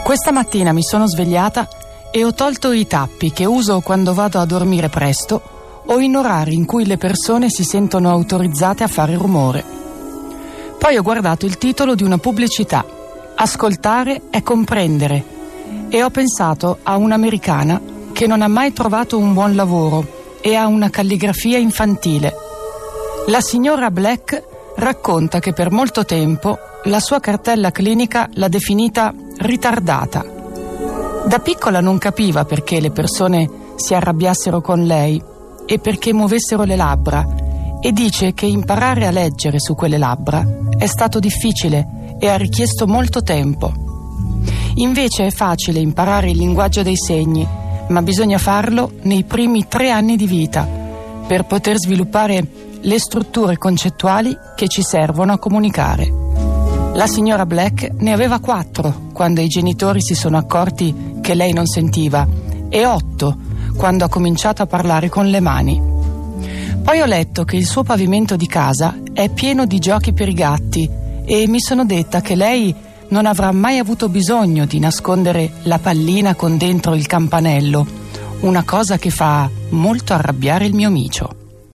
Questa mattina mi sono svegliata e ho tolto i tappi che uso quando vado a dormire presto o in orari in cui le persone si sentono autorizzate a fare rumore. Poi ho guardato il titolo di una pubblicità: Ascoltare è comprendere, e ho pensato a un'americana che non ha mai trovato un buon lavoro e ha una calligrafia infantile. La signora Black racconta che per molto tempo la sua cartella clinica l'ha definita ritardata. Da piccola non capiva perché le persone si arrabbiassero con lei e perché muovessero le labbra, e dice che imparare a leggere su quelle labbra è stato difficile e ha richiesto molto tempo. Invece è facile imparare il linguaggio dei segni, ma bisogna farlo nei primi 3 anni di vita per poter sviluppare le strutture concettuali che ci servono a comunicare. La signora Black ne aveva 4 quando i genitori si sono accorti che lei non sentiva, e 8 quando ha cominciato a parlare con le mani. Poi ho letto che il suo pavimento di casa è pieno di giochi per i gatti e mi sono detta che lei non avrà mai avuto bisogno di nascondere la pallina con dentro il campanello, una cosa che fa molto arrabbiare il mio micio.